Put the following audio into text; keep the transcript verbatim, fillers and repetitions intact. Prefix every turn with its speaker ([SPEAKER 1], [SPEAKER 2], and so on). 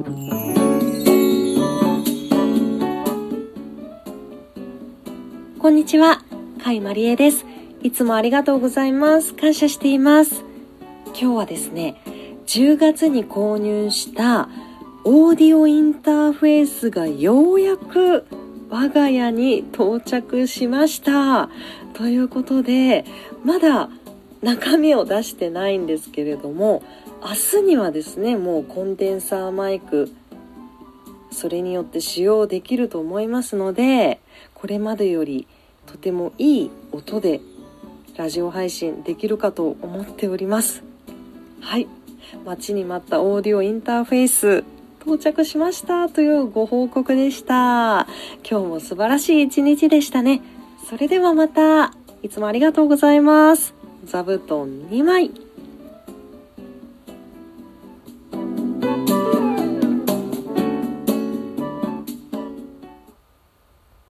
[SPEAKER 1] こんにちは、甲斐まりえです。いつもありがとうございます。感謝しています。今日はですね、じゅうがつに購入したオーディオインターフェースがようやく我が家に到着しました。ということで、まだ中身を出してないんですけれども、明日にはですね、もうコンデンサーマイク、それによって使用できると思いますので、これまでよりとてもいい音でラジオ配信できるかと思っております。はい、待ちに待ったオーディオインターフェース到着しましたというご報告でした。今日も素晴らしい一日でしたね。それではまた。いつもありがとうございます。座布団にまい。